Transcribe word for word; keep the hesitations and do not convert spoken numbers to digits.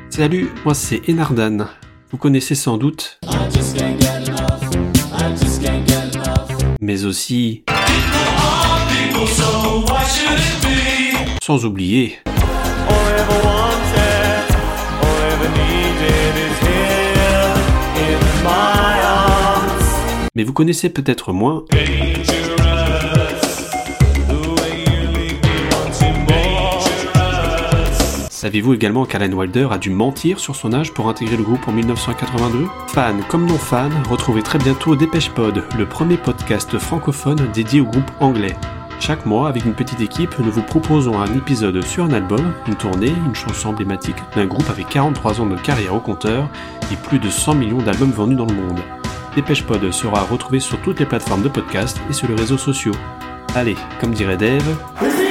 Salut, moi c'est Enardan. Vous connaissez sans doute, mais aussi, sans oublier, mais vous connaissez peut-être moins. Saviez-vous également qu'Alan Wilder a dû mentir sur son âge pour intégrer le groupe en dix-neuf cent quatre-vingt-deux ? Fans comme non-fans, retrouvez très bientôt Dépêche Pod, le premier podcast francophone dédié au groupe anglais. Chaque mois, avec une petite équipe, nous vous proposons un épisode sur un album, une tournée, une chanson emblématique d'un groupe avec quarante-trois ans de carrière au compteur et plus de cent millions d'albums vendus dans le monde. Dépêche Pod sera retrouvé sur toutes les plateformes de podcast et sur les réseaux sociaux. Allez, comme dirait Dave...